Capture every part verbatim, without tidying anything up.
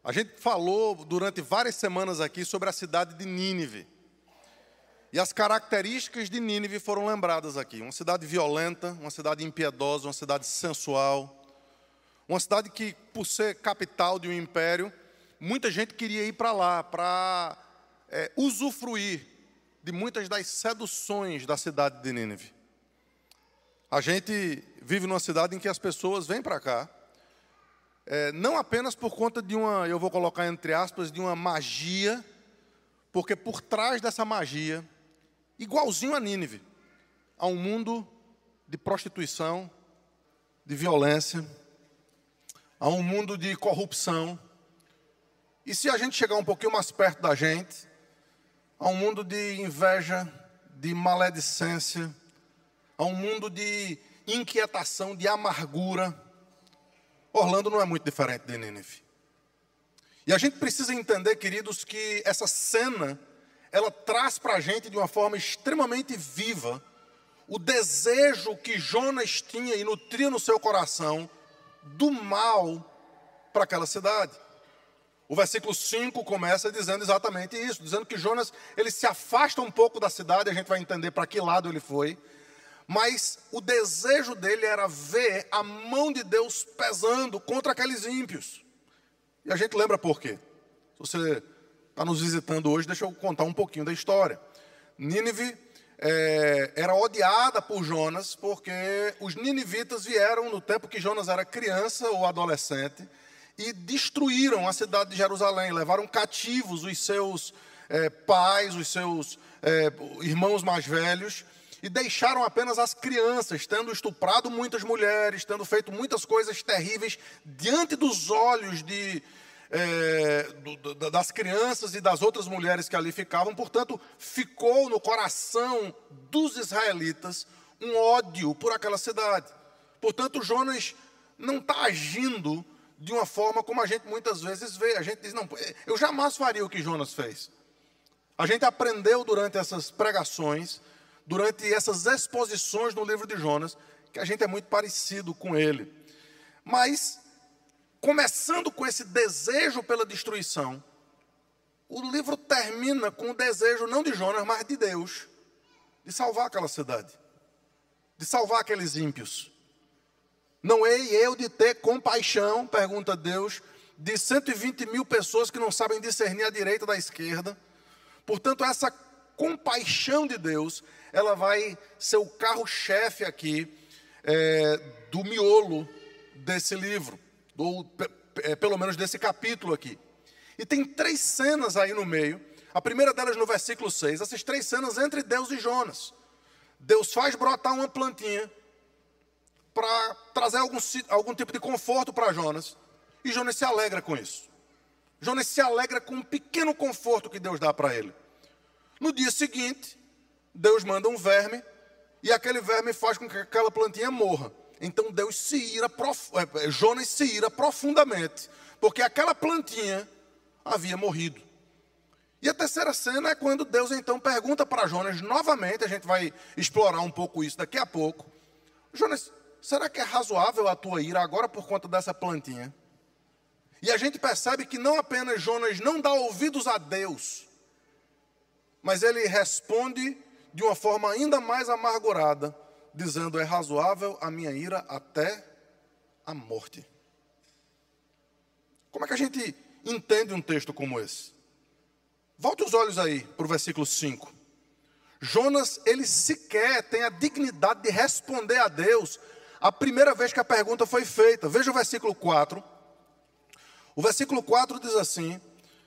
A gente falou durante várias semanas aqui sobre a cidade de Nínive. E as características de Nínive foram lembradas aqui. Uma cidade violenta, uma cidade impiedosa, uma cidade sensual. Uma cidade que, por ser capital de um império, muita gente queria ir para lá, para é, usufruir de muitas das seduções da cidade de Nínive. A gente vive numa cidade em que as pessoas vêm para cá, É, não apenas por conta de uma, eu vou colocar entre aspas, de uma magia, porque por trás dessa magia, igualzinho a Nínive, há um mundo de prostituição, de violência, há um mundo de corrupção. E se a gente chegar um pouquinho mais perto da gente, há um mundo de inveja, de maledicência, há um mundo de inquietação, de amargura. Orlando não é muito diferente de Nínive. E a gente precisa entender, queridos, que essa cena, ela traz para a gente de uma forma extremamente viva o desejo que Jonas tinha e nutria no seu coração do mal para aquela cidade. O versículo cinco começa dizendo exatamente isso, dizendo que Jonas, ele se afasta um pouco da cidade, a gente vai entender para que lado ele foi, mas o desejo dele era ver a mão de Deus pesando contra aqueles ímpios. E a gente lembra por quê. Se você está nos visitando hoje, deixa eu contar um pouquinho da história. Nínive é, era odiada por Jonas, porque os ninivitas vieram no tempo que Jonas era criança ou adolescente, e destruíram a cidade de Jerusalém, levaram cativos os seus é, pais, os seus é, irmãos mais velhos, e deixaram apenas as crianças, tendo estuprado muitas mulheres, tendo feito muitas coisas terríveis diante dos olhos de, é, do, das crianças e das outras mulheres que ali ficavam. Portanto, ficou no coração dos israelitas um ódio por aquela cidade. Portanto, Jonas não está agindo de uma forma como a gente muitas vezes vê. A gente diz, não, eu jamais faria o que Jonas fez. A gente aprendeu durante essas pregações, durante essas exposições no livro de Jonas, que a gente é muito parecido com ele. Mas, começando com esse desejo pela destruição, o livro termina com o desejo não de Jonas, mas de Deus, de salvar aquela cidade, de salvar aqueles ímpios. Não hei eu de ter compaixão, pergunta Deus, de cento e vinte mil pessoas que não sabem discernir a direita da esquerda. Portanto, essa compaixão de Deus, ela vai ser o carro-chefe aqui é, do miolo desse livro, ou é, pelo menos desse capítulo aqui. E tem três cenas aí no meio. A primeira delas no versículo seis, essas três cenas entre Deus e Jonas. Deus faz brotar uma plantinha para trazer algum, algum tipo de conforto para Jonas, e Jonas se alegra com isso. Jonas se alegra com um pequeno conforto que Deus dá para ele. No dia seguinte, Deus manda um verme, e aquele verme faz com que aquela plantinha morra. Então Deus se ira, prof... Jonas se ira profundamente, porque aquela plantinha havia morrido. E a terceira cena é quando Deus então pergunta para Jonas novamente, a gente vai explorar um pouco isso daqui a pouco. Jonas, será que é razoável a tua ira agora por conta dessa plantinha? E a gente percebe que não apenas Jonas não dá ouvidos a Deus, mas ele responde de uma forma ainda mais amargurada, dizendo, é razoável a minha ira até a morte. Como é que a gente entende um texto como esse? Volte os olhos aí para o versículo cinco. Jonas, ele sequer tem a dignidade de responder a Deus a primeira vez que a pergunta foi feita. Veja o versículo quatro. O versículo quatro diz assim,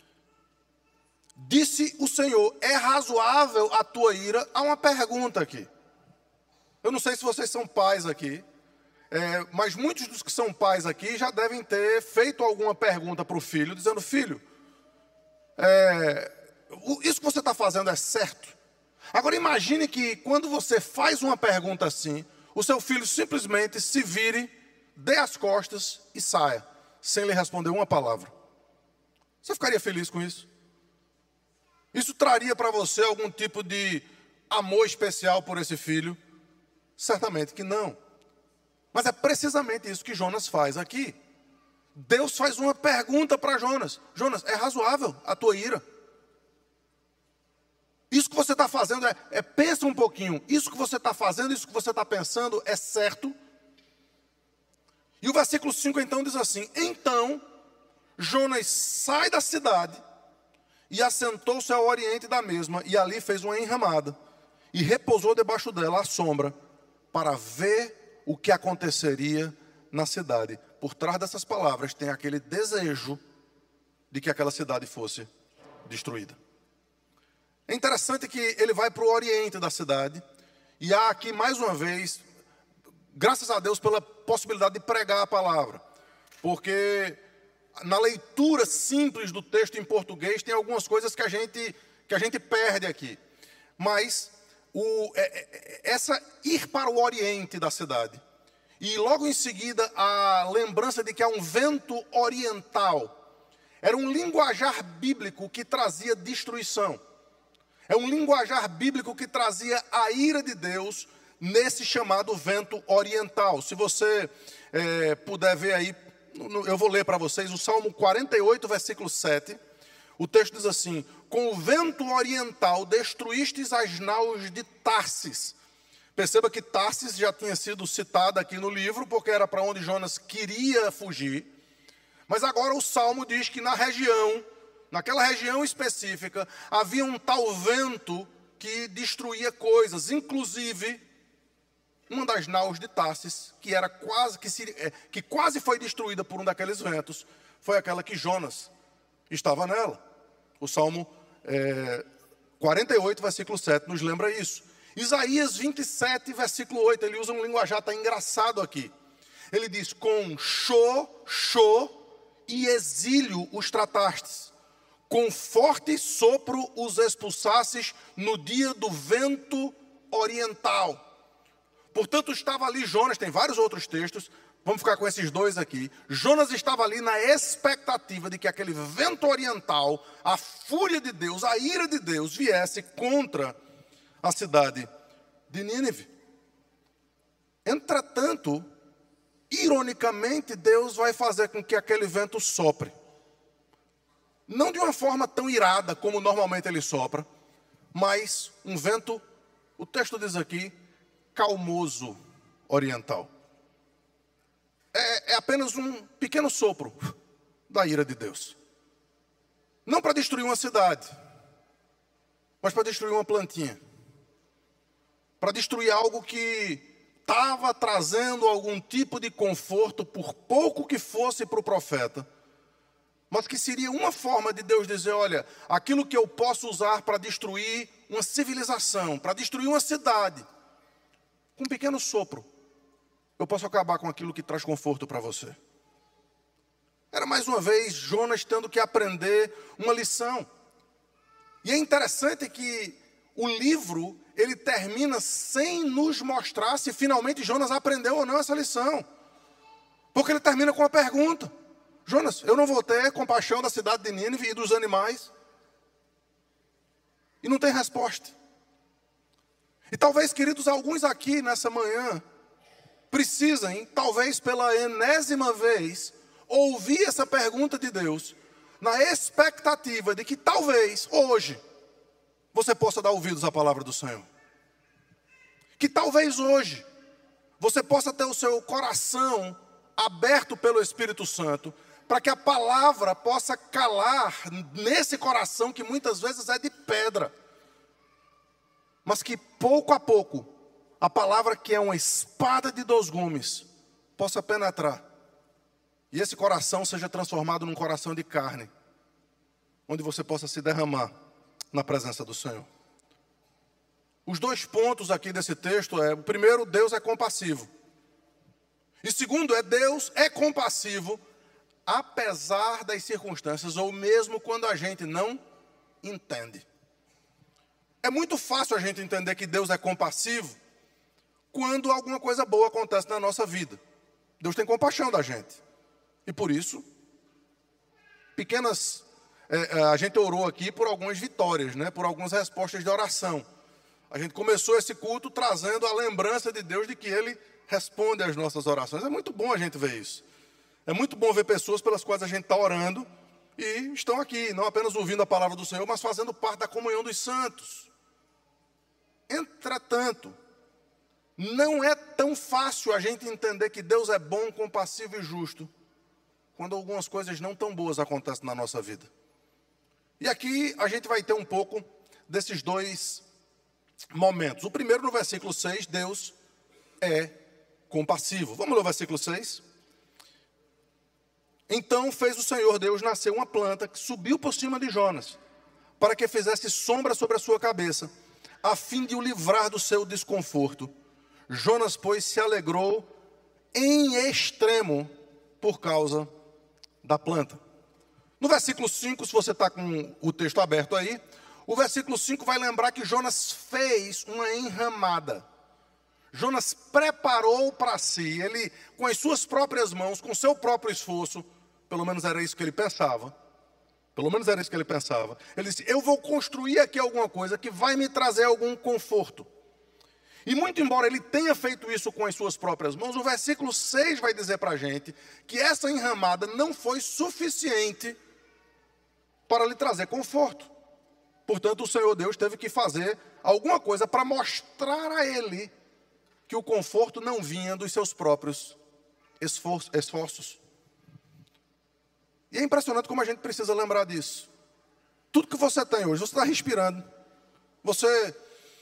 disse o Senhor, é razoável a tua ira? Há uma pergunta aqui. Eu não sei se vocês são pais aqui, é, mas muitos dos que são pais aqui já devem ter feito alguma pergunta para o filho, dizendo, filho, é, isso que você está fazendo é certo? Agora imagine que quando você faz uma pergunta assim, o seu filho simplesmente se vire, dê as costas e saia, sem lhe responder uma palavra. Você ficaria feliz com isso? Isso traria para você algum tipo de amor especial por esse filho? Certamente que não. Mas é precisamente isso que Jonas faz aqui. Deus faz uma pergunta para Jonas. Jonas, é razoável a tua ira? Isso que você está fazendo é, é, pensa um pouquinho, isso que você está fazendo, isso que você está pensando é certo? E o versículo cinco então diz assim: então Jonas sai da cidade e assentou-se ao oriente da mesma, e ali fez uma enramada, e repousou debaixo dela à sombra, para ver o que aconteceria na cidade. Por trás dessas palavras tem aquele desejo de que aquela cidade fosse destruída. É interessante que ele vai para o oriente da cidade, e há aqui mais uma vez, graças a Deus pela possibilidade de pregar a palavra, porque na leitura simples do texto em português tem algumas coisas que a gente, que a gente perde aqui. Mas o, é, é, essa ir para o oriente da cidade, e logo em seguida a lembrança de que há um vento oriental, era um linguajar bíblico que trazia destruição. É um linguajar bíblico que trazia a ira de Deus nesse chamado vento oriental. Se você é, puder ver aí, eu vou ler para vocês o Salmo quarenta e oito, versículo sete. O texto diz assim: com o vento oriental destruístes as naus de Tarsis. Perceba que Tarsis já tinha sido citada aqui no livro, porque era para onde Jonas queria fugir. Mas agora o Salmo diz que na região, naquela região específica, havia um tal vento que destruía coisas, inclusive uma das naus de Tarsis, que era quase que, se, que quase foi destruída por um daqueles ventos, foi aquela que Jonas estava nela. O Salmo é, quarenta e oito, versículo sete, nos lembra isso. Isaías vinte e sete, versículo oito, ele usa um linguajar até engraçado aqui. Ele diz: com chô, chô e exílio os tratastes, com forte sopro os expulsasses no dia do vento oriental. Portanto, estava ali Jonas, tem vários outros textos, vamos ficar com esses dois aqui. Jonas estava ali na expectativa de que aquele vento oriental, a fúria de Deus, a ira de Deus, viesse contra a cidade de Nínive. Entretanto, ironicamente, Deus vai fazer com que aquele vento sopre. Não de uma forma tão irada como normalmente ele sopra, mas um vento, o texto diz aqui, calmoso oriental. É, é apenas um pequeno sopro da ira de Deus. Não para destruir uma cidade, mas para destruir uma plantinha. Para destruir algo que estava trazendo algum tipo de conforto, por pouco que fosse para o profeta, mas que seria uma forma de Deus dizer: olha, aquilo que eu posso usar para destruir uma civilização, para destruir uma cidade, com um pequeno sopro, eu posso acabar com aquilo que traz conforto para você. Era mais uma vez Jonas tendo que aprender uma lição. E é interessante que o livro, ele termina sem nos mostrar se finalmente Jonas aprendeu ou não essa lição. Porque ele termina com uma pergunta: Jonas, eu não vou ter compaixão da cidade de Nínive e dos animais? E não tem resposta. E talvez, queridos, alguns aqui nessa manhã precisem, talvez pela enésima vez, ouvir essa pergunta de Deus, na expectativa de que talvez hoje você possa dar ouvidos à palavra do Senhor. Que talvez hoje você possa ter o seu coração aberto pelo Espírito Santo, para que a palavra possa calar nesse coração que muitas vezes é de pedra, mas que pouco a pouco a palavra, que é uma espada de dois gumes, possa penetrar, e esse coração seja transformado num coração de carne, onde você possa se derramar na presença do Senhor. Os dois pontos aqui desse texto é: o primeiro, Deus é compassivo. E segundo, é Deus é compassivo apesar das circunstâncias, ou mesmo quando a gente não entende. É muito fácil a gente entender que Deus é compassivo quando alguma coisa boa acontece na nossa vida. Deus tem compaixão da gente. E por isso, pequenas... É, a gente orou aqui por algumas vitórias, né? Por algumas respostas de oração. A gente começou esse culto trazendo a lembrança de Deus de que Ele responde às nossas orações. É muito bom a gente ver isso. É muito bom ver pessoas pelas quais a gente está orando e estão aqui, não apenas ouvindo a palavra do Senhor, mas fazendo parte da comunhão dos santos. Entretanto, não é tão fácil a gente entender que Deus é bom, compassivo e justo quando algumas coisas não tão boas acontecem na nossa vida. E aqui a gente vai ter um pouco desses dois momentos. O primeiro, no versículo seis, Deus é compassivo. Vamos ler o versículo seis? Então fez o Senhor Deus nascer uma planta que subiu por cima de Jonas, para que fizesse sombra sobre a sua cabeça, a fim de o livrar do seu desconforto. Jonas, pois, se alegrou em extremo por causa da planta. No versículo cinco, se você está com o texto aberto aí, o versículo cinco vai lembrar que Jonas fez uma enramada. Jonas preparou para si, ele, com as suas próprias mãos, com seu próprio esforço, pelo menos era isso que ele pensava, pelo menos era isso que ele pensava, ele disse, eu vou construir aqui alguma coisa que vai me trazer algum conforto. E muito embora ele tenha feito isso com as suas próprias mãos, o versículo seis vai dizer para a gente que essa enramada não foi suficiente para lhe trazer conforto. Portanto, o Senhor Deus teve que fazer alguma coisa para mostrar a ele que o conforto não vinha dos seus próprios esforços. E é impressionante como a gente precisa lembrar disso. Tudo que você tem hoje, você está respirando, você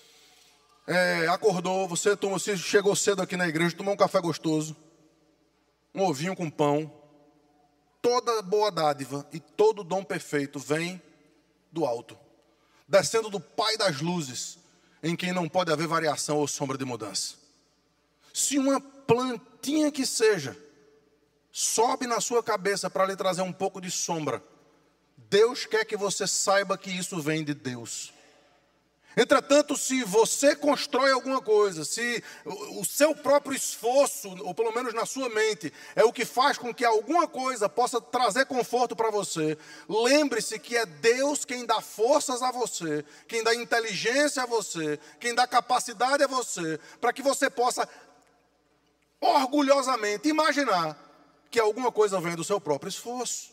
é, acordou, você, tomou, você chegou cedo aqui na igreja, tomou um café gostoso, um ovinho com pão. Toda boa dádiva e todo dom perfeito vem do alto, descendo do Pai das luzes, em quem não pode haver variação ou sombra de mudança. Se uma plantinha que seja sobe na sua cabeça para lhe trazer um pouco de sombra, Deus quer que você saiba que isso vem de Deus. Entretanto, se você constrói alguma coisa, se o seu próprio esforço, ou pelo menos na sua mente, é o que faz com que alguma coisa possa trazer conforto para você, lembre-se que é Deus quem dá forças a você, quem dá inteligência a você, quem dá capacidade a você, para que você possa orgulhosamente imaginar que alguma coisa vem do seu próprio esforço.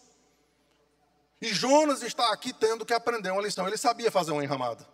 E Jonas está aqui tendo que aprender uma lição. Ele sabia fazer uma enramada,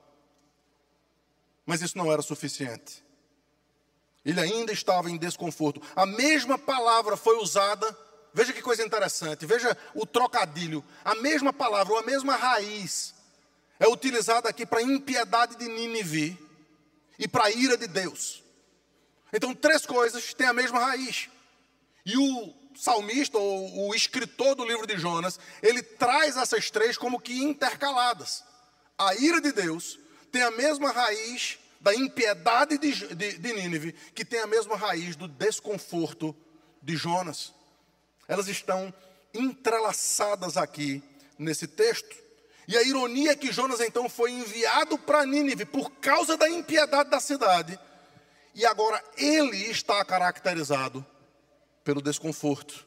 mas isso não era suficiente. Ele ainda estava em desconforto. A mesma palavra foi usada, veja que coisa interessante, veja o trocadilho. A mesma palavra, ou a mesma raiz, é utilizada aqui para a impiedade de Nínive e para a ira de Deus. Então, três coisas têm a mesma raiz. E o salmista, ou o escritor do livro de Jonas, ele traz essas três como que intercaladas. A ira de Deus tem a mesma raiz da impiedade de, de, de Nínive, que tem a mesma raiz do desconforto de Jonas. Elas estão entrelaçadas aqui nesse texto. E a ironia é que Jonas então foi enviado para Nínive por causa da impiedade da cidade. E agora ele está caracterizado pelo desconforto.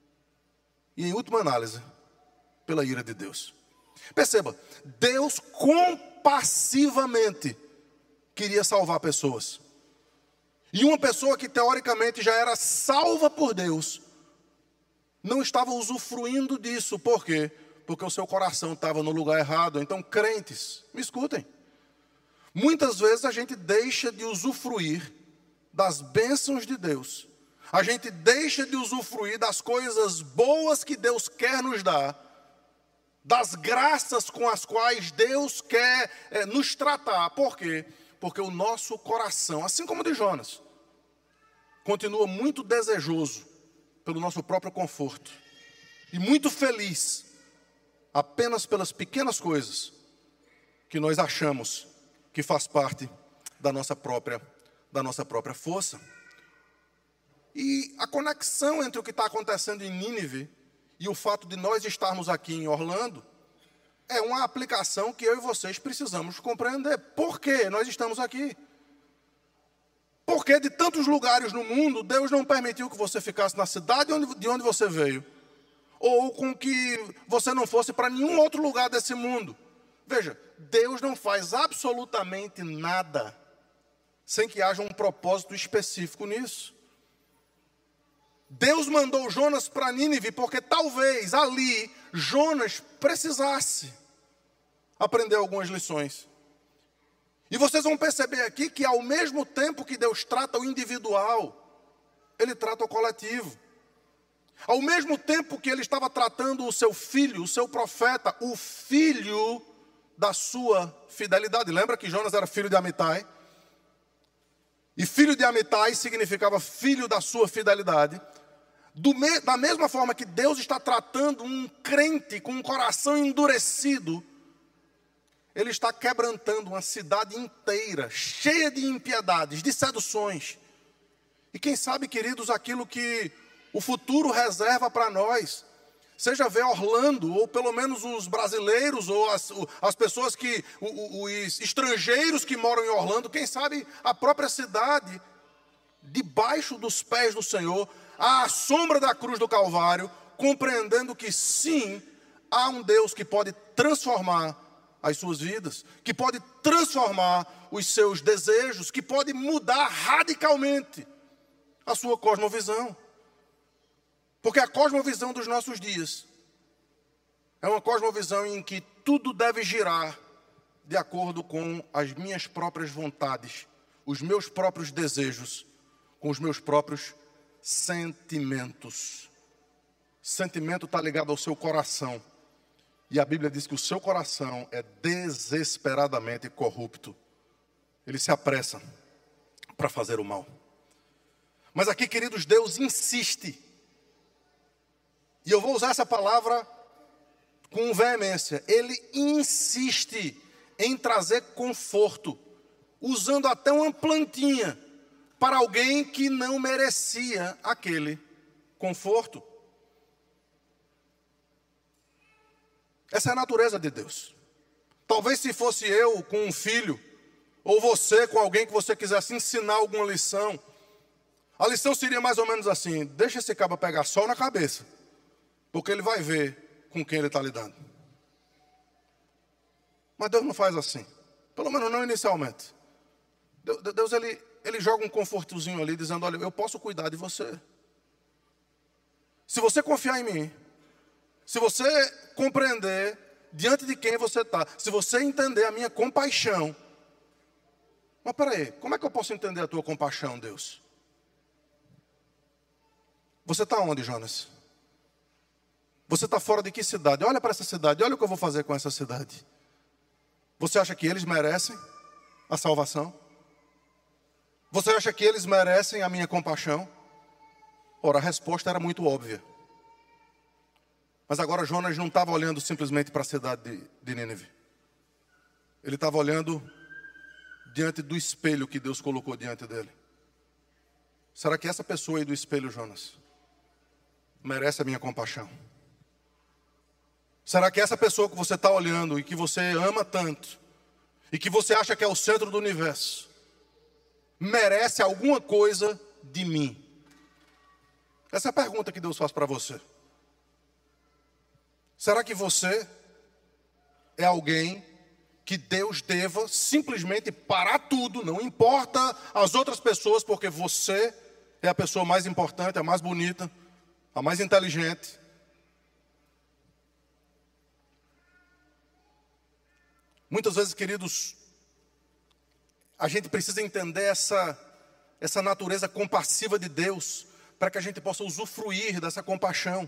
E em última análise, pela ira de Deus. Perceba, Deus compassivamente queria salvar pessoas. E uma pessoa que teoricamente já era salva por Deus, não estava usufruindo disso. Por quê? Porque o seu coração estava no lugar errado. Então, crentes, me escutem. Muitas vezes a gente deixa de usufruir das bênçãos de Deus. A gente deixa de usufruir das coisas boas que Deus quer nos dar, das graças com as quais Deus quer é, nos tratar. Por quê? Porque o nosso coração, assim como o de Jonas, continua muito desejoso pelo nosso próprio conforto e muito feliz apenas pelas pequenas coisas que nós achamos que faz parte da nossa própria, da nossa própria força. E a conexão entre o que está acontecendo em Nínive e o fato de nós estarmos aqui em Orlando é uma aplicação que eu e vocês precisamos compreender. Por que nós estamos aqui? Porque de tantos lugares no mundo, Deus não permitiu que você ficasse na cidade de onde você veio, ou com que você não fosse para nenhum outro lugar desse mundo. Veja, Deus não faz absolutamente nada sem que haja um propósito específico nisso. Deus mandou Jonas para Nínive porque talvez ali Jonas precisasse aprender algumas lições. E vocês vão perceber aqui que ao mesmo tempo que Deus trata o individual, Ele trata o coletivo. Ao mesmo tempo que Ele estava tratando o seu filho, o seu profeta, o filho da sua fidelidade. Lembra que Jonas era filho de Amitai? E filho de Amitai significava filho da sua fidelidade. Do me, da mesma forma que Deus está tratando um crente com um coração endurecido, Ele está quebrantando uma cidade inteira, cheia de impiedades, de seduções. E quem sabe, queridos, aquilo que o futuro reserva para nós, seja ver Orlando, ou pelo menos os brasileiros, ou as, as pessoas que, os estrangeiros que moram em Orlando, quem sabe a própria cidade, debaixo dos pés do Senhor, à sombra da cruz do Calvário, compreendendo que sim, há um Deus que pode transformar as suas vidas, que pode transformar os seus desejos, que pode mudar radicalmente a sua cosmovisão. Porque a cosmovisão dos nossos dias é uma cosmovisão em que tudo deve girar de acordo com as minhas próprias vontades, os meus próprios desejos, com os meus próprios sentimentos. Sentimento está ligado ao seu coração. E a Bíblia diz que o seu coração é desesperadamente corrupto. Ele se apressa para fazer o mal. Mas aqui, queridos, Deus insiste. E eu vou usar essa palavra com veemência. Ele insiste em trazer conforto, usando até uma plantinha para alguém que não merecia aquele conforto. Essa é a natureza de Deus. Talvez se fosse eu com um filho, ou você com alguém que você quisesse ensinar alguma lição, a lição seria mais ou menos assim: deixa esse cabo pegar sol na cabeça, porque ele vai ver com quem ele está lidando. Mas Deus não faz assim, pelo menos não inicialmente. Deus ele, ele joga um confortozinho ali, dizendo: olha, eu posso cuidar de você. Se você confiar em mim, se você compreender diante de quem você está, se você entender a minha compaixão. Mas peraí, como é que eu posso entender a tua compaixão, Deus? Você está onde, Jonas? Você está fora de que cidade? Olha para essa cidade, olha o que eu vou fazer com essa cidade. Você acha que eles merecem a salvação? Você acha que eles merecem a minha compaixão? Ora, a resposta era muito óbvia. Mas agora Jonas não estava olhando simplesmente para a cidade de, de Nínive. Ele estava olhando diante do espelho que Deus colocou diante dele. Será que essa pessoa aí do espelho, Jonas, merece a minha compaixão? Será que essa pessoa que você está olhando e que você ama tanto, e que você acha que é o centro do universo, merece alguma coisa de mim? Essa é a pergunta que Deus faz para você. Será que você é alguém que Deus deva simplesmente parar tudo, não importa as outras pessoas, porque você é a pessoa mais importante, a mais bonita, a mais inteligente? Muitas vezes, queridos, a gente precisa entender essa, essa natureza compassiva de Deus, para que a gente possa usufruir dessa compaixão.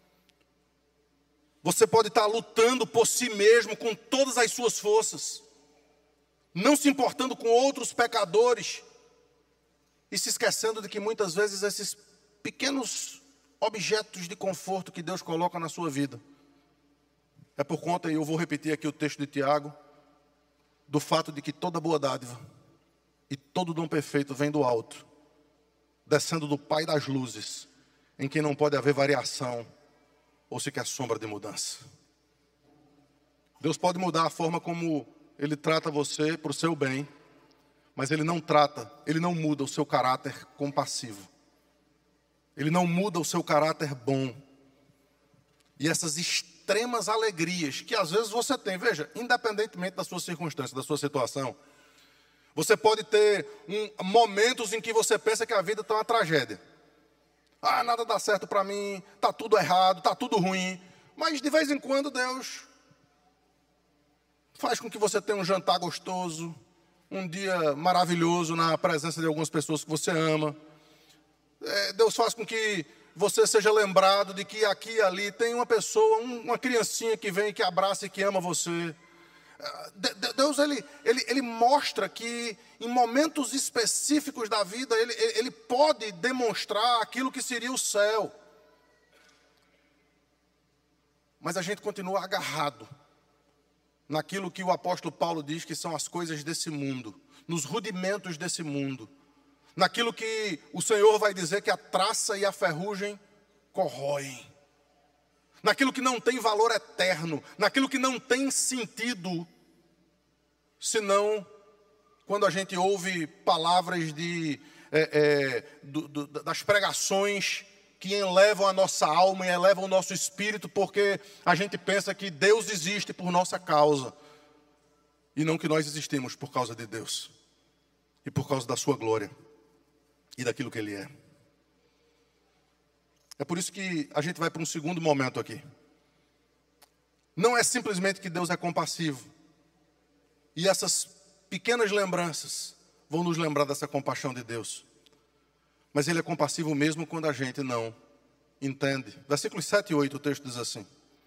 Você pode estar lutando por si mesmo com todas as suas forças, não se importando com outros pecadores, e se esquecendo de que muitas vezes esses pequenos objetos de conforto que Deus coloca na sua vida, é por conta, e eu vou repetir aqui o texto de Tiago, do fato de que toda boa dádiva e todo dom perfeito vem do alto, descendo do Pai das luzes, em quem não pode haver variação ou sequer sombra de mudança. Deus pode mudar a forma como Ele trata você para o seu bem, mas Ele não trata, Ele não muda o seu caráter compassivo. Ele não muda o seu caráter bom. E essas extremas alegrias que às vezes você tem, veja, independentemente da sua circunstância, da sua situação, você pode ter um, momentos em que você pensa que a vida está uma tragédia. Ah, nada dá certo para mim, está tudo errado, está tudo ruim. Mas de vez em quando Deus faz com que você tenha um jantar gostoso, um dia maravilhoso na presença de algumas pessoas que você ama. É, Deus faz com que você seja lembrado de que aqui e ali tem uma pessoa, um, uma criancinha que vem, que abraça e que ama você. De, de, Deus, ele, ele, ele mostra que em momentos específicos da vida, ele, ele pode demonstrar aquilo que seria o céu. Mas a gente continua agarrado naquilo que o apóstolo Paulo diz que são as coisas desse mundo, nos rudimentos desse mundo, naquilo que o Senhor vai dizer que a traça e a ferrugem corroem, naquilo que não tem valor eterno, naquilo que não tem sentido, senão quando a gente ouve palavras de, é, é, do, do, das pregações que elevam a nossa alma e elevam o nosso espírito, porque a gente pensa que Deus existe por nossa causa, e não que nós existimos por causa de Deus, e por causa da sua glória, e daquilo que Ele é. É por isso que a gente vai para um segundo momento aqui. Não é simplesmente que Deus é compassivo, e essas pequenas lembranças vão nos lembrar dessa compaixão de Deus. Mas Ele é compassivo mesmo quando a gente não entende. Versículos sete e oito, o texto diz assim: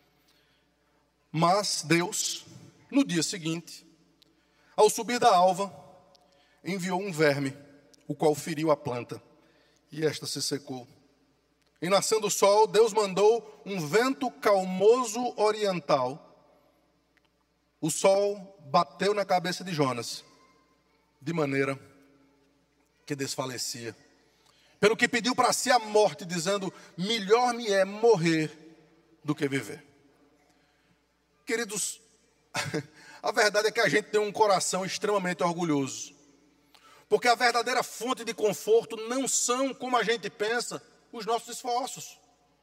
Mas Deus, no dia seguinte, ao subir da alva, enviou um verme, o qual feriu a planta, e esta se secou. E nascendo o sol, Deus mandou um vento calmoso oriental. O sol bateu na cabeça de Jonas, de maneira que desfalecia. Pelo que pediu para si a morte, dizendo: melhor me é morrer do que viver. Queridos, a verdade é que a gente tem um coração extremamente orgulhoso. Porque a verdadeira fonte de conforto não são, como a gente pensa, os nossos esforços.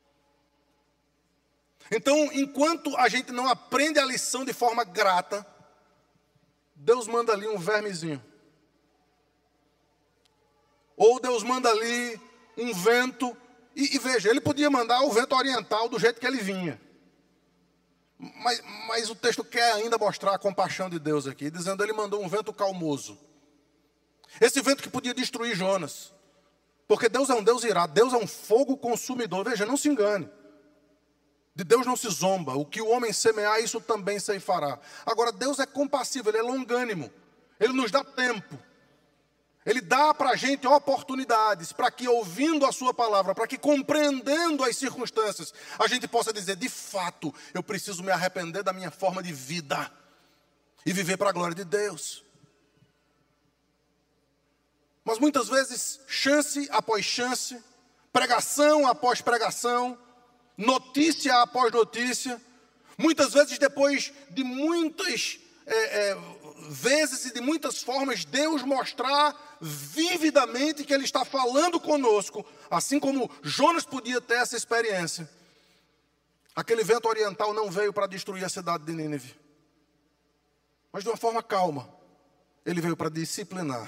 Então, enquanto a gente não aprende a lição de forma grata, Deus manda ali um vermezinho. Ou Deus manda ali um vento, e, e veja, Ele podia mandar o vento oriental do jeito que ele vinha. Mas, mas o texto quer ainda mostrar a compaixão de Deus aqui, dizendo: Ele mandou um vento calmoso. Esse vento que podia destruir Jonas. Porque Deus é um Deus irado, Deus é um fogo consumidor. Veja, não se engane. De Deus não se zomba. O que o homem semear, isso também ceifará. Agora, Deus é compassivo, Ele é longânimo. Ele nos dá tempo. Ele dá para a gente oportunidades para que, ouvindo a sua palavra, para que, compreendendo as circunstâncias, a gente possa dizer: de fato, eu preciso me arrepender da minha forma de vida e viver para a glória de Deus. Mas muitas vezes, chance após chance, pregação após pregação, notícia após notícia, muitas vezes depois de muitas é, é, vezes e de muitas formas, Deus mostrar vividamente que Ele está falando conosco, assim como Jonas podia ter essa experiência. Aquele vento oriental não veio para destruir a cidade de Nínive, mas de uma forma calma, ele veio para disciplinar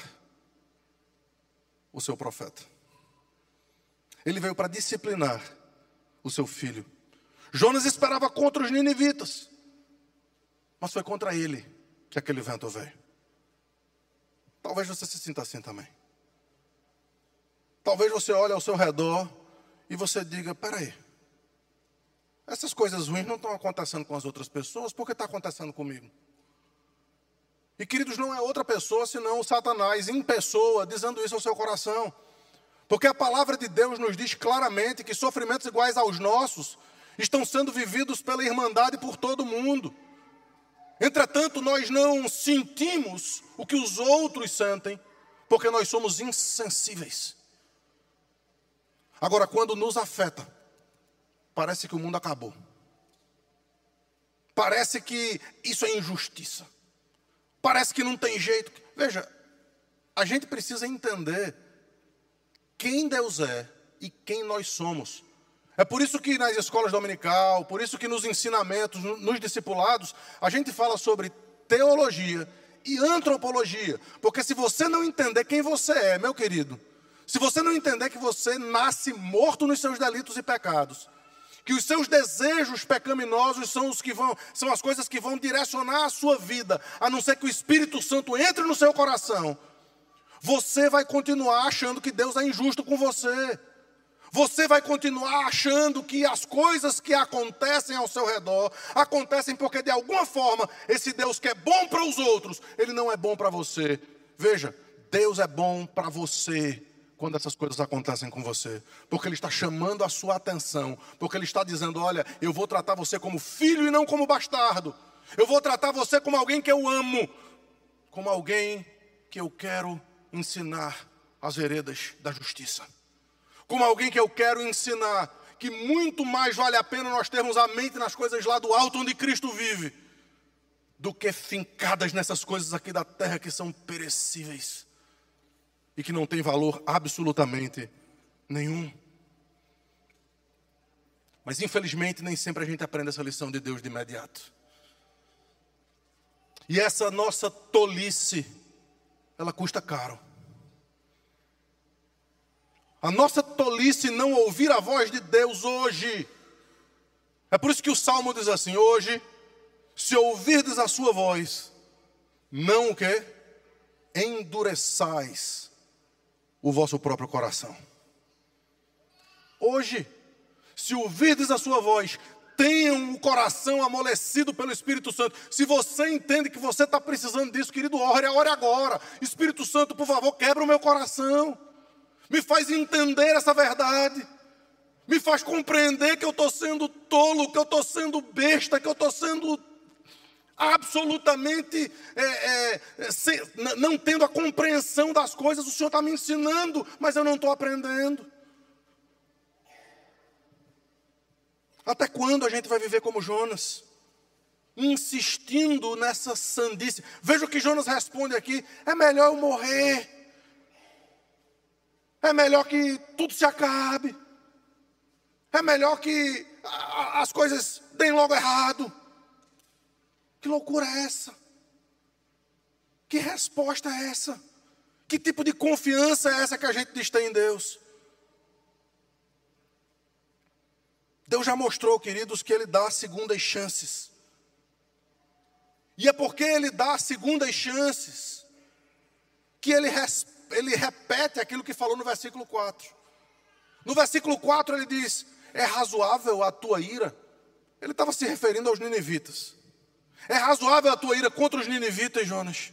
o seu profeta. Ele veio para disciplinar o seu filho. Jonas esperava contra os ninivitas, mas foi contra ele que aquele vento veio. Talvez você se sinta assim também. Talvez você olhe ao seu redor e você diga: peraí, essas coisas ruins não estão acontecendo com as outras pessoas, por que está acontecendo comigo? E queridos, não é outra pessoa senão o Satanás em pessoa dizendo isso ao seu coração. Porque a palavra de Deus nos diz claramente que sofrimentos iguais aos nossos estão sendo vividos pela irmandade por todo mundo. Entretanto, nós não sentimos o que os outros sentem, porque nós somos insensíveis. Agora, quando nos afeta, parece que o mundo acabou. Parece que isso é injustiça. Parece que não tem jeito. Veja, a gente precisa entender quem Deus é e quem nós somos. É por isso que nas escolas dominical, por isso que nos ensinamentos, nos discipulados, a gente fala sobre teologia e antropologia. Porque se você não entender quem você é, meu querido, se você não entender que você nasce morto nos seus delitos e pecados, que os seus desejos pecaminosos são, os que vão, são as coisas que vão direcionar a sua vida, a não ser que o Espírito Santo entre no seu coração, você vai continuar achando que Deus é injusto com você. Você vai continuar achando que as coisas que acontecem ao seu redor acontecem porque, de alguma forma, esse Deus que é bom para os outros, Ele não é bom para você. Veja, Deus é bom para você quando essas coisas acontecem com você, porque Ele está chamando a sua atenção, porque Ele está dizendo, olha, eu vou tratar você como filho e não como bastardo. Eu vou tratar você como alguém que eu amo, como alguém que eu quero ensinar as veredas da justiça. Como alguém que eu quero ensinar que muito mais vale a pena nós termos a mente nas coisas lá do alto onde Cristo vive, do que fincadas nessas coisas aqui da terra que são perecíveis e que não têm valor absolutamente nenhum. Mas infelizmente nem sempre a gente aprende essa lição de Deus de imediato. E essa nossa tolice, ela custa caro. A nossa tolice não ouvir a voz de Deus hoje. É por isso que o Salmo diz assim, hoje, se ouvirdes a sua voz, não o quê? Endureçais o vosso próprio coração. Hoje, se ouvirdes a sua voz, tenham o coração amolecido pelo Espírito Santo. Se você entende que você está precisando disso, querido, ore, ore agora. Espírito Santo, por favor, quebra o meu coração. Me faz entender essa verdade. Me faz compreender que eu estou sendo tolo, que eu estou sendo besta, que eu estou sendo absolutamente é, é, se, não tendo a compreensão das coisas. O Senhor está me ensinando, mas eu não estou aprendendo. Até quando a gente vai viver como Jonas? Insistindo nessa sandice. Veja o que Jonas responde aqui. É melhor eu morrer. É melhor que tudo se acabe. É melhor que as coisas deem logo errado. Que loucura é essa? Que resposta é essa? Que tipo de confiança é essa que a gente diz ter em Deus? Deus já mostrou, queridos, que Ele dá segundas chances. E é porque Ele dá segundas chances que Ele responde. Ele repete aquilo que falou no versículo quatro. No versículo quatro ele diz, é razoável a tua ira? Ele estava se referindo aos ninivitas. É razoável a tua ira contra os ninivitas, Jonas?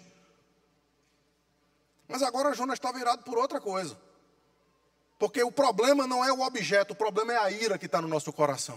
Mas agora Jonas está virado por outra coisa. Porque o problema não é o objeto, o problema é a ira que está no nosso coração.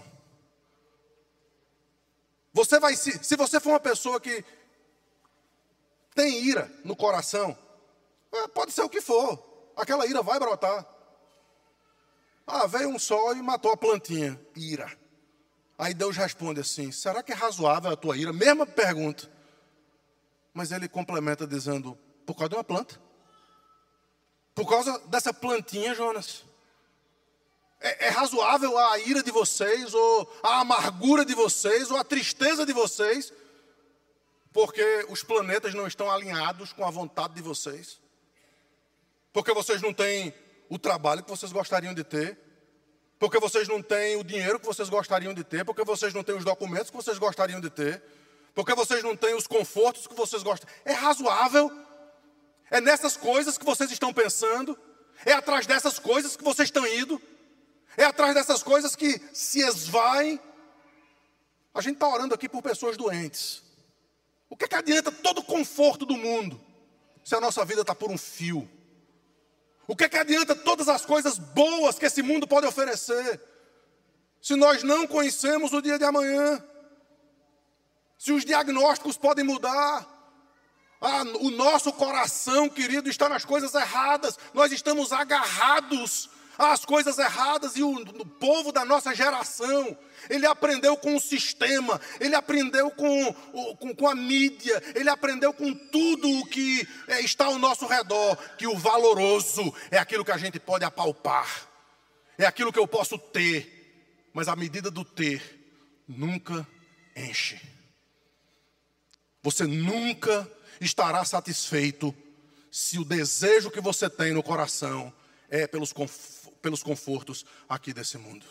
Você vai se, se você for uma pessoa que tem ira no coração, pode ser o que for, aquela ira vai brotar. Ah, veio um sol e matou a plantinha, ira. Aí Deus responde assim, será que é razoável a tua ira? Mesma pergunta. Mas Ele complementa dizendo, por causa de uma planta. Por causa dessa plantinha, Jonas. É, é razoável a ira de vocês, ou a amargura de vocês, ou a tristeza de vocês, porque os planetas não estão alinhados com a vontade de vocês. Porque vocês não têm o trabalho que vocês gostariam de ter. Porque vocês não têm o dinheiro que vocês gostariam de ter. Porque vocês não têm os documentos que vocês gostariam de ter. Porque vocês não têm os confortos que vocês gostam. É razoável? É nessas coisas que vocês estão pensando? É atrás dessas coisas que vocês estão indo? É atrás dessas coisas que se esvaem? A gente está orando aqui por pessoas doentes. O que é que adianta todo o conforto do mundo se a nossa vida está por um fio? O que é que adianta todas as coisas boas que esse mundo pode oferecer, se nós não conhecemos o dia de amanhã? Se os diagnósticos podem mudar, ah, o nosso coração, querido, está nas coisas erradas, nós estamos agarrados às coisas erradas, e o, o povo da nossa geração, ele aprendeu com o sistema, ele aprendeu com, com, com a mídia, ele aprendeu com tudo o que é, está ao nosso redor, que o valoroso é aquilo que a gente pode apalpar, é aquilo que eu posso ter, mas a medida do ter nunca enche. Você nunca estará satisfeito se o desejo que você tem no coração é pelos, conf, pelos confortos aqui desse mundo.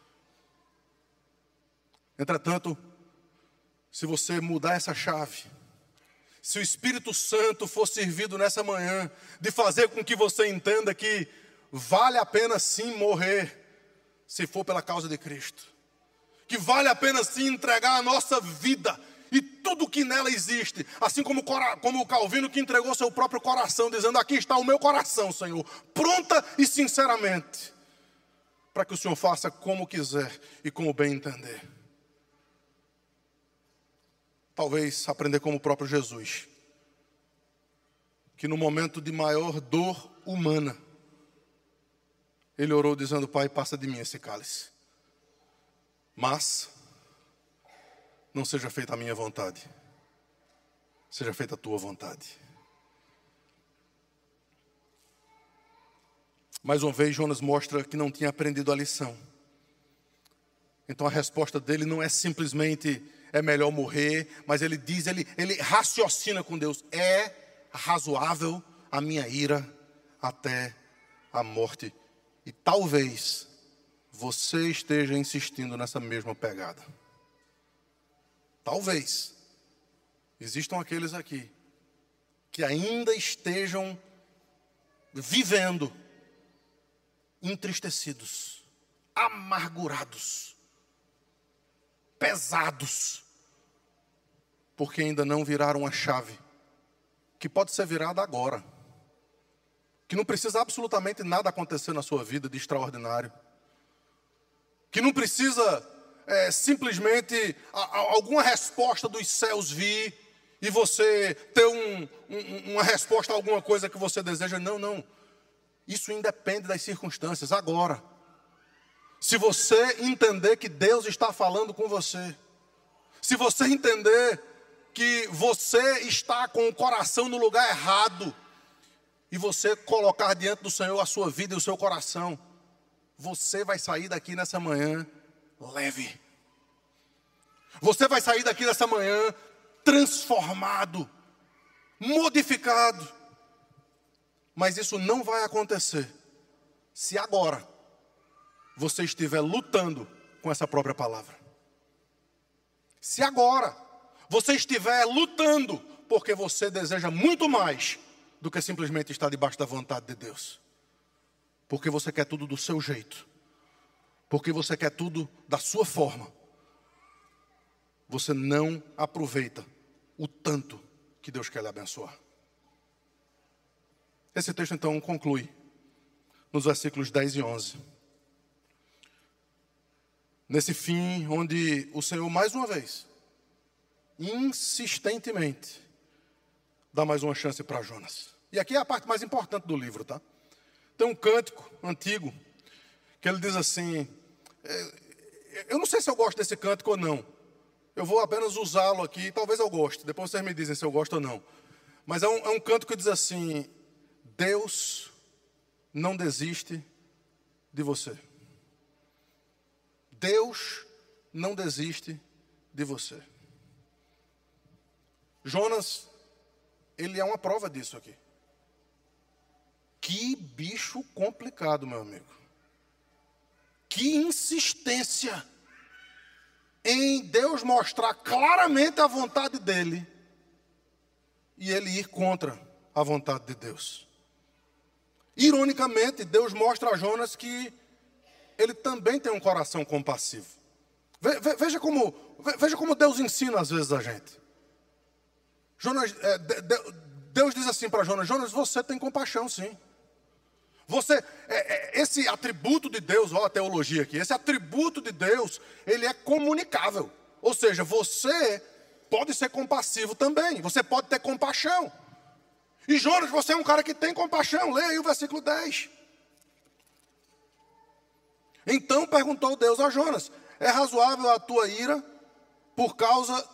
Entretanto, se você mudar essa chave, se o Espírito Santo for servido nessa manhã, de fazer com que você entenda que vale a pena sim morrer, se for pela causa de Cristo, que vale a pena sim entregar a nossa vida e tudo que nela existe, assim como, como o Calvino que entregou seu próprio coração, dizendo: aqui está o meu coração, Senhor, pronta e sinceramente, para que o Senhor faça como quiser e como bem entender. Talvez aprender como o próprio Jesus, que no momento de maior dor humana, ele orou dizendo: Pai, passa de mim esse cálice, mas não seja feita a minha vontade, seja feita a tua vontade. Mais uma vez, Jonas mostra que não tinha aprendido a lição. Então a resposta dele não é simplesmente é melhor morrer, mas ele diz, ele, ele raciocina com Deus: é razoável a minha ira até a morte. E talvez você esteja insistindo nessa mesma pegada. Talvez existam aqueles aqui que ainda estejam vivendo entristecidos, amargurados, pesados, porque ainda não viraram a chave, que pode ser virada agora, que não precisa absolutamente nada acontecer na sua vida de extraordinário, que não precisa é, simplesmente a, a, alguma resposta dos céus vir e você ter um, um, uma resposta a alguma coisa que você deseja. Não, não, isso independe das circunstâncias, agora. Se você entender que Deus está falando com você, se você entender que você está com o coração no lugar errado, e você colocar diante do Senhor a sua vida e o seu coração, você vai sair daqui nessa manhã leve. Você vai sair daqui nessa manhã transformado, modificado. Mas isso não vai acontecer se agora você estiver lutando com essa própria palavra. Se agora você estiver lutando porque você deseja muito mais do que simplesmente estar debaixo da vontade de Deus, porque você quer tudo do seu jeito, porque você quer tudo da sua forma, você não aproveita o tanto que Deus quer lhe abençoar. Esse texto então conclui nos versículos dez e onze. Nesse fim onde o Senhor mais uma vez, insistentemente, dá mais uma chance para Jonas. E aqui é a parte mais importante do livro, tá? Tem um cântico antigo que ele diz assim, é, eu não sei se eu gosto desse cântico ou não. Eu vou apenas usá-lo aqui, talvez eu goste, depois vocês me dizem se eu gosto ou não. Mas é um, é um cântico que diz assim: Deus não desiste de você. Deus não desiste de você. Jonas, ele é uma prova disso aqui. Que bicho complicado, meu amigo. Que insistência em Deus mostrar claramente a vontade dele e ele ir contra a vontade de Deus. Ironicamente, Deus mostra a Jonas que ele também tem um coração compassivo. Veja como, veja como Deus ensina às vezes a gente. Jonas, é, Deus diz assim para Jonas: Jonas, você tem compaixão, sim. Você, é, é, esse atributo de Deus, olha a teologia aqui, esse atributo de Deus, ele é comunicável. Ou seja, você pode ser compassivo também, você pode ter compaixão. E Jonas, você é um cara que tem compaixão. Leia aí o versículo dez. Então perguntou Deus a Jonas: é razoável a tua ira por causa...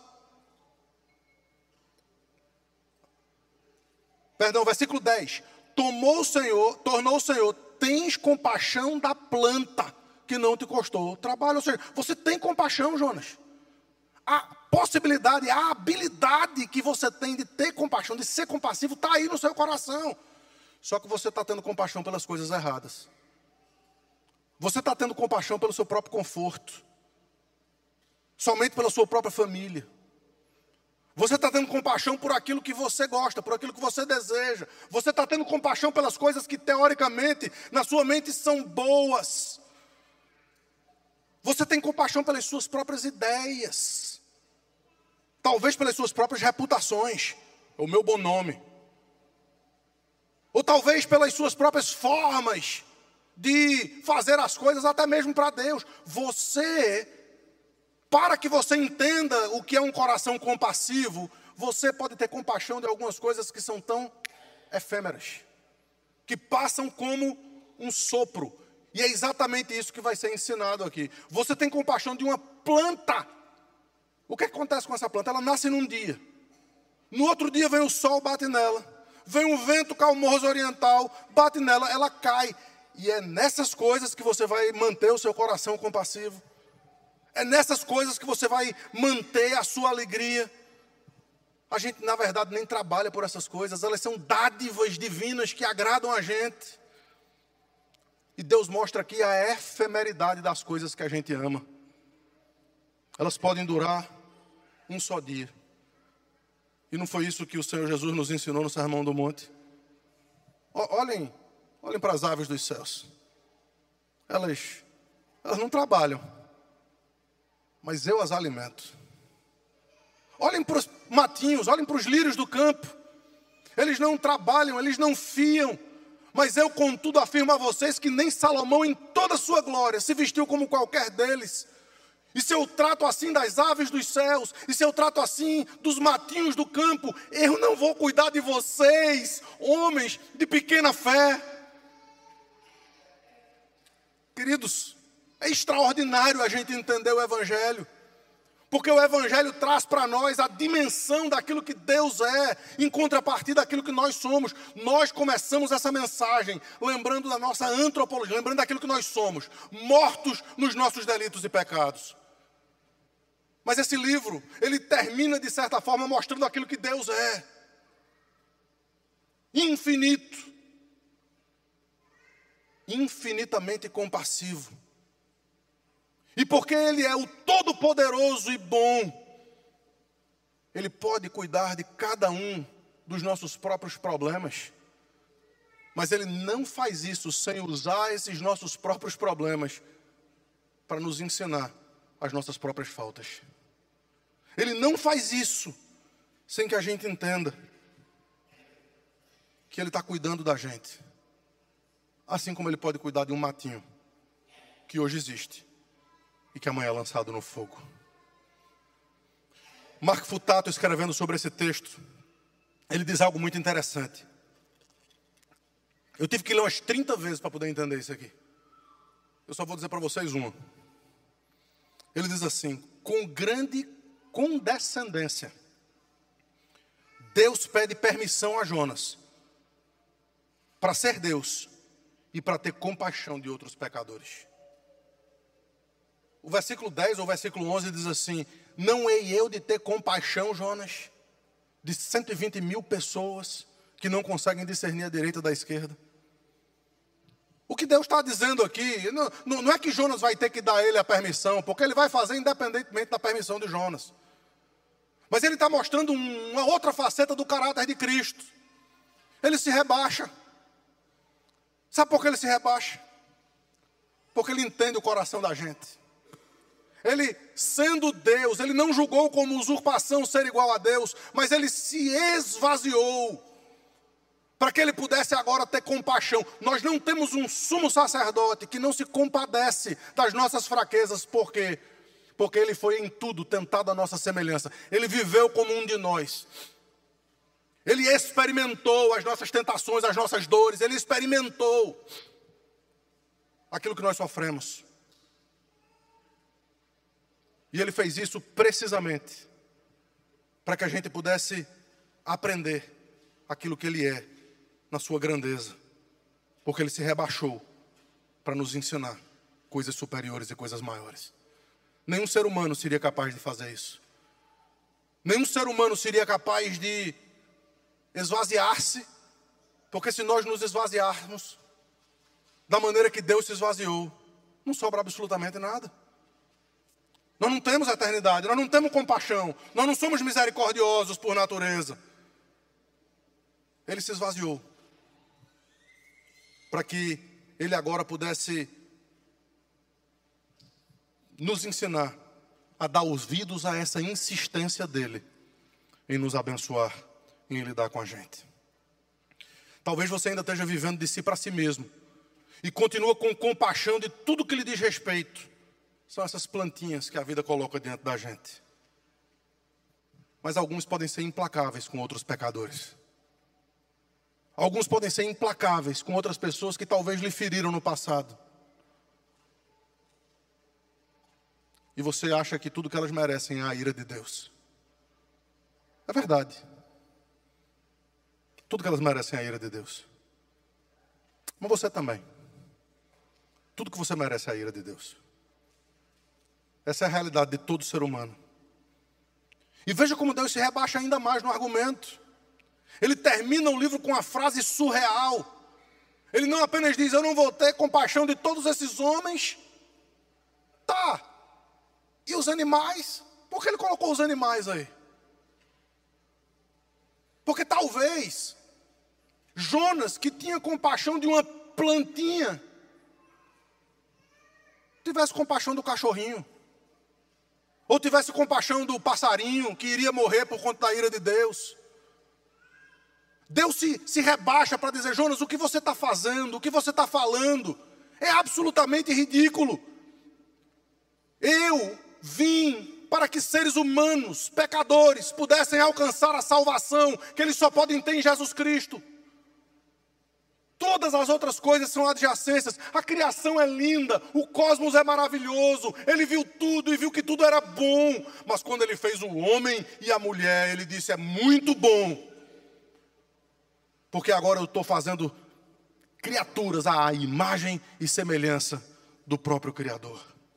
Perdão, versículo dez. Tomou o Senhor, tornou o Senhor, tens compaixão da planta que não te custou trabalho. Ou seja, você tem compaixão, Jonas. A possibilidade, a habilidade que você tem de ter compaixão, de ser compassivo, está aí no seu coração. Só que você está tendo compaixão pelas coisas erradas. Você está tendo compaixão pelo seu próprio conforto. Somente pela sua própria família. Você está tendo compaixão por aquilo que você gosta, por aquilo que você deseja. Você está tendo compaixão pelas coisas que, teoricamente, na sua mente são boas. Você tem compaixão pelas suas próprias ideias. Talvez pelas suas próprias reputações. O meu bom nome. Ou talvez pelas suas próprias formas de fazer as coisas, até mesmo para Deus. Você, para que você entenda o que é um coração compassivo, você pode ter compaixão de algumas coisas que são tão efêmeras, que passam como um sopro. E é exatamente isso que vai ser ensinado aqui. Você tem compaixão de uma planta. O que acontece com essa planta? Ela nasce num dia. No outro dia vem o sol, bate nela. Vem um vento calmoso oriental, bate nela, ela cai. E é nessas coisas que você vai manter o seu coração compassivo. É nessas coisas que você vai manter a sua alegria. A gente, na verdade, nem trabalha por essas coisas. Elas são dádivas divinas que agradam a gente. E Deus mostra aqui a efemeridade das coisas que a gente ama. Elas podem durar um só dia. E não foi isso que o Senhor Jesus nos ensinou no Sermão do Monte? Olhem, olhem para as aves dos céus. Elas, elas não trabalham, mas eu as alimento. Olhem para os matinhos, olhem para os lírios do campo. Eles não trabalham, eles não fiam. Mas eu, contudo, afirmo a vocês que nem Salomão, em toda a sua glória, se vestiu como qualquer deles. E se eu trato assim das aves dos céus, e se eu trato assim dos matinhos do campo, eu não vou cuidar de vocês, homens de pequena fé. Queridos, é extraordinário a gente entender o Evangelho. Porque o Evangelho traz para nós a dimensão daquilo que Deus é, em contrapartida daquilo que nós somos. Nós começamos essa mensagem lembrando da nossa antropologia, lembrando daquilo que nós somos, mortos nos nossos delitos e pecados. Mas esse livro, ele termina de certa forma mostrando aquilo que Deus é. Infinito. Infinitamente compassivo. E porque Ele é o Todo-Poderoso e bom, Ele pode cuidar de cada um dos nossos próprios problemas. Mas Ele não faz isso sem usar esses nossos próprios problemas para nos ensinar as nossas próprias faltas. Ele não faz isso sem que a gente entenda que Ele está cuidando da gente. Assim como Ele pode cuidar de um matinho que hoje existe e que amanhã é lançado no fogo. Mark Futato, escrevendo sobre esse texto, ele diz algo muito interessante. Eu tive que ler umas trinta vezes para poder entender isso aqui. Eu só vou dizer para vocês uma. Ele diz assim: com grande condescendência, Deus pede permissão a Jonas para ser Deus e para ter compaixão de outros pecadores. O versículo dez ou versículo onze diz assim: não hei eu de ter compaixão, Jonas, de cento e vinte mil pessoas que não conseguem discernir a direita da esquerda. O que Deus está dizendo aqui, não, não é que Jonas vai ter que dar a ele a permissão, porque ele vai fazer independentemente da permissão de Jonas. Mas ele está mostrando uma outra faceta do caráter de Cristo. Ele se rebaixa. Sabe por que ele se rebaixa? Porque ele entende o coração da gente. Ele, sendo Deus, ele não julgou como usurpação ser igual a Deus, mas ele se esvaziou para que ele pudesse agora ter compaixão. Nós não temos um sumo sacerdote que não se compadece das nossas fraquezas. Por quê? Porque ele foi em tudo tentado à nossa semelhança. Ele viveu como um de nós. Ele experimentou as nossas tentações, as nossas dores. Ele experimentou aquilo que nós sofremos. E ele fez isso precisamente para que a gente pudesse aprender aquilo que ele é na sua grandeza. Porque ele se rebaixou para nos ensinar coisas superiores e coisas maiores. Nenhum ser humano seria capaz de fazer isso. Nenhum ser humano seria capaz de esvaziar-se Porque se nós nos esvaziarmos da maneira que Deus se esvaziou, não sobra absolutamente nada. Nós não temos eternidade, nós não temos compaixão, nós não somos misericordiosos por natureza. Ele se esvaziou para que Ele agora pudesse nos ensinar a dar ouvidos a essa insistência dEle em nos abençoar, em lidar com a gente. Talvez você ainda esteja vivendo de si para si mesmo e continua com compaixão de tudo que lhe diz respeito. São essas plantinhas que a vida coloca diante da gente. Mas alguns podem ser implacáveis com outros pecadores. Alguns podem ser implacáveis com outras pessoas que talvez lhe feriram no passado. E você acha que tudo que elas merecem é a ira de Deus. É verdade. Tudo que elas merecem é a ira de Deus. Mas você também. Tudo que você merece é a ira de Deus. Essa é a realidade de todo ser humano. E veja como Deus se rebaixa ainda mais no argumento. Ele termina o livro com uma frase surreal. Ele não apenas diz, eu não vou ter compaixão de todos esses homens. Tá. E os animais? Por que ele colocou os animais aí? Porque talvez Jonas, que tinha compaixão de uma plantinha, tivesse compaixão do cachorrinho. Ou tivesse compaixão do passarinho que iria morrer por conta da ira de Deus. Deus se, se rebaixa para dizer, Jonas, o que você está fazendo, o que você está falando, é absolutamente ridículo. Eu vim para que seres humanos, pecadores, pudessem alcançar a salvação que eles só podem ter em Jesus Cristo. Todas as outras coisas são adjacências. A criação é linda, o cosmos é maravilhoso. Ele viu tudo e viu que tudo era bom. Mas quando ele fez o homem e a mulher, ele disse, é muito bom. Porque agora eu estou fazendo criaturas à imagem e semelhança do próprio Criador.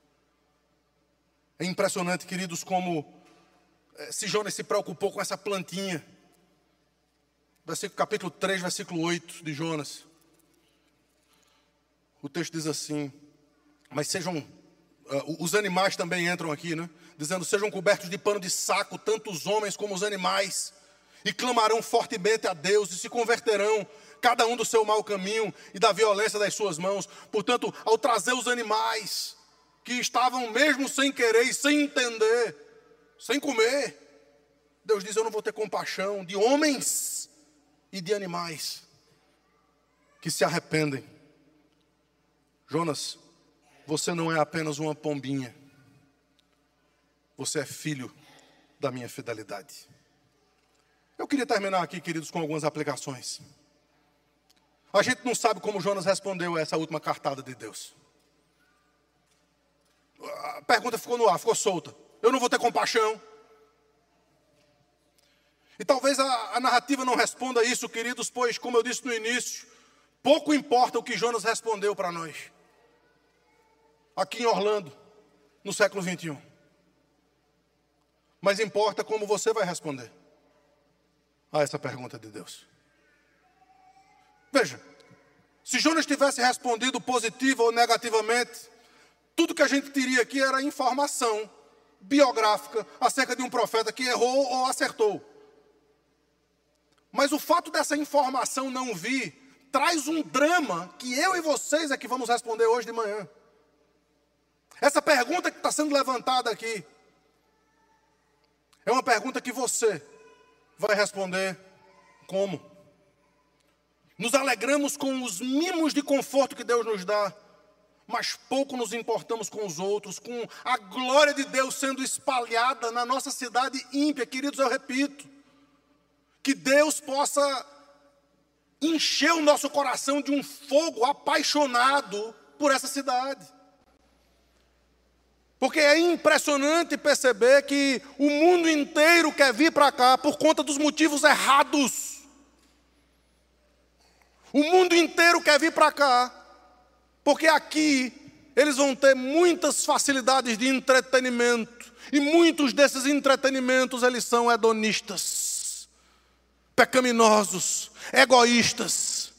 É impressionante, queridos, como se Jonas se preocupou com essa plantinha. Versículo, capítulo três, versículo oito de Jonas. O texto diz assim, mas sejam, uh, os animais também entram aqui, né? Dizendo, sejam cobertos de pano de saco, tanto os homens como os animais, e clamarão fortemente a Deus, e se converterão, cada um do seu mau caminho, e da violência das suas mãos. Portanto, ao trazer os animais, que estavam mesmo sem querer e sem entender, sem comer, Deus diz, eu não vou ter compaixão de homens e de animais, que se arrependem. Jonas, você não é apenas uma pombinha. Você é filho da minha fidelidade. Eu queria terminar aqui, queridos, com algumas aplicações. A gente não sabe como Jonas respondeu a essa última cartada de Deus. A pergunta ficou no ar, ficou solta. Eu não vou ter compaixão. E talvez a, a narrativa não responda isso, queridos, pois, como eu disse no início, pouco importa o que Jonas respondeu para nós. Aqui em Orlando, no século vinte e um. Mas importa como você vai responder a essa pergunta de Deus. Veja, se Jonas tivesse respondido positivo ou negativamente, tudo que a gente teria aqui era informação biográfica acerca de um profeta que errou ou acertou. Mas o fato dessa informação não vir, traz um drama que eu e vocês é que vamos responder hoje de manhã. Essa pergunta que está sendo levantada aqui, é uma pergunta que você vai responder como? Nos alegramos com os mimos de conforto que Deus nos dá, mas pouco nos importamos com os outros, com a glória de Deus sendo espalhada na nossa cidade ímpia. Queridos, eu repito, que Deus possa encher o nosso coração de um fogo apaixonado por essa cidade. Porque é impressionante perceber que o mundo inteiro quer vir para cá por conta dos motivos errados. O mundo inteiro quer vir para cá, porque aqui eles vão ter muitas facilidades de entretenimento. E muitos desses entretenimentos, eles são hedonistas, pecaminosos, egoístas.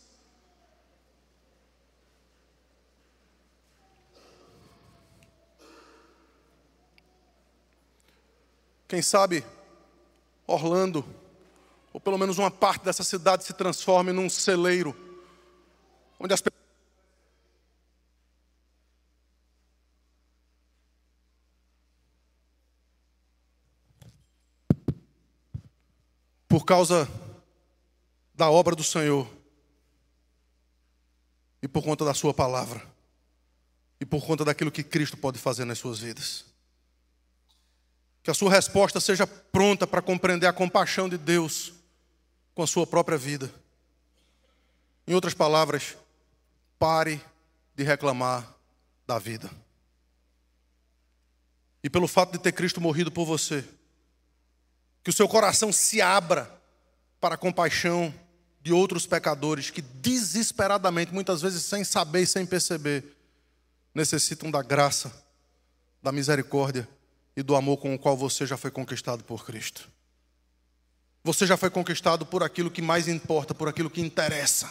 Quem sabe Orlando, ou pelo menos uma parte dessa cidade, se transforme num celeiro, onde as pessoas... por causa da obra do Senhor, e por conta da sua palavra, e por conta daquilo que Cristo pode fazer nas suas vidas. Que a sua resposta seja pronta para compreender a compaixão de Deus com a sua própria vida. Em outras palavras, pare de reclamar da vida. E pelo fato de ter Cristo morrido por você, que o seu coração se abra para a compaixão de outros pecadores que desesperadamente, muitas vezes sem saber e sem perceber, necessitam da graça, da misericórdia e do amor com o qual você já foi conquistado por Cristo. Você já foi conquistado por aquilo que mais importa, por aquilo que interessa.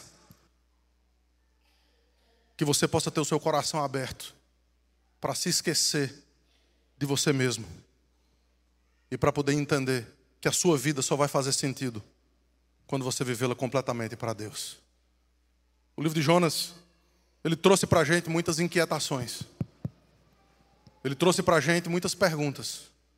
Que você possa ter o seu coração aberto para se esquecer de você mesmo e para poder entender que a sua vida só vai fazer sentido quando você vivê-la completamente para Deus. O livro de Jonas, ele trouxe para a gente muitas inquietações. Ele trouxe para a gente muitas perguntas.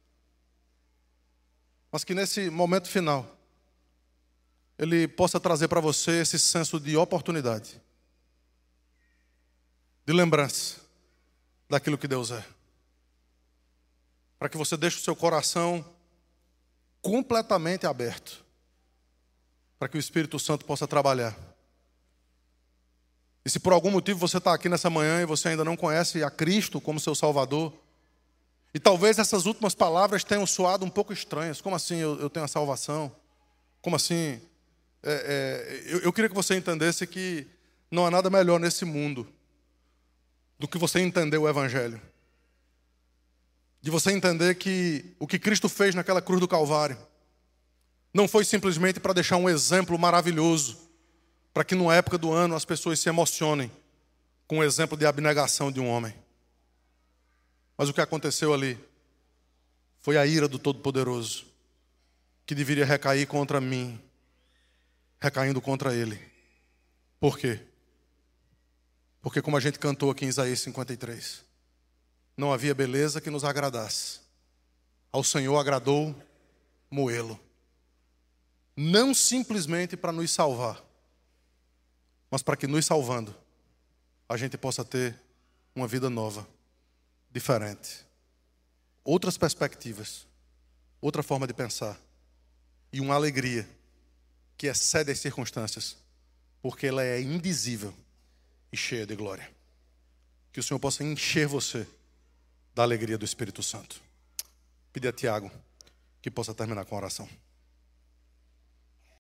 Mas que nesse momento final, ele possa trazer para você esse senso de oportunidade, de lembrança daquilo que Deus é. Para que você deixe o seu coração completamente aberto, para que o Espírito Santo possa trabalhar. E se por algum motivo você está aqui nessa manhã e você ainda não conhece a Cristo como seu Salvador, e talvez essas últimas palavras tenham soado um pouco estranhas. Como assim eu, eu tenho a salvação? Como assim? É, é, eu, eu queria que você entendesse que não há nada melhor nesse mundo do que você entender o Evangelho. De você entender que o que Cristo fez naquela cruz do Calvário não foi simplesmente para deixar um exemplo maravilhoso, para que numa época do ano as pessoas se emocionem com o exemplo de abnegação de um homem. Mas o que aconteceu ali foi a ira do Todo-Poderoso, que deveria recair contra mim, recaindo contra ele. Por quê? Porque, como a gente cantou aqui em Isaías cinquenta e três, não havia beleza que nos agradasse. Ao Senhor agradou moê-lo. Não simplesmente para nos salvar, mas para que, nos salvando, a gente possa ter uma vida nova, diferente, outras perspectivas, outra forma de pensar e uma alegria que excede as circunstâncias, porque ela é indizível e cheia de glória. Que o Senhor possa encher você da alegria do Espírito Santo. Pedir a Tiago que possa terminar com a oração.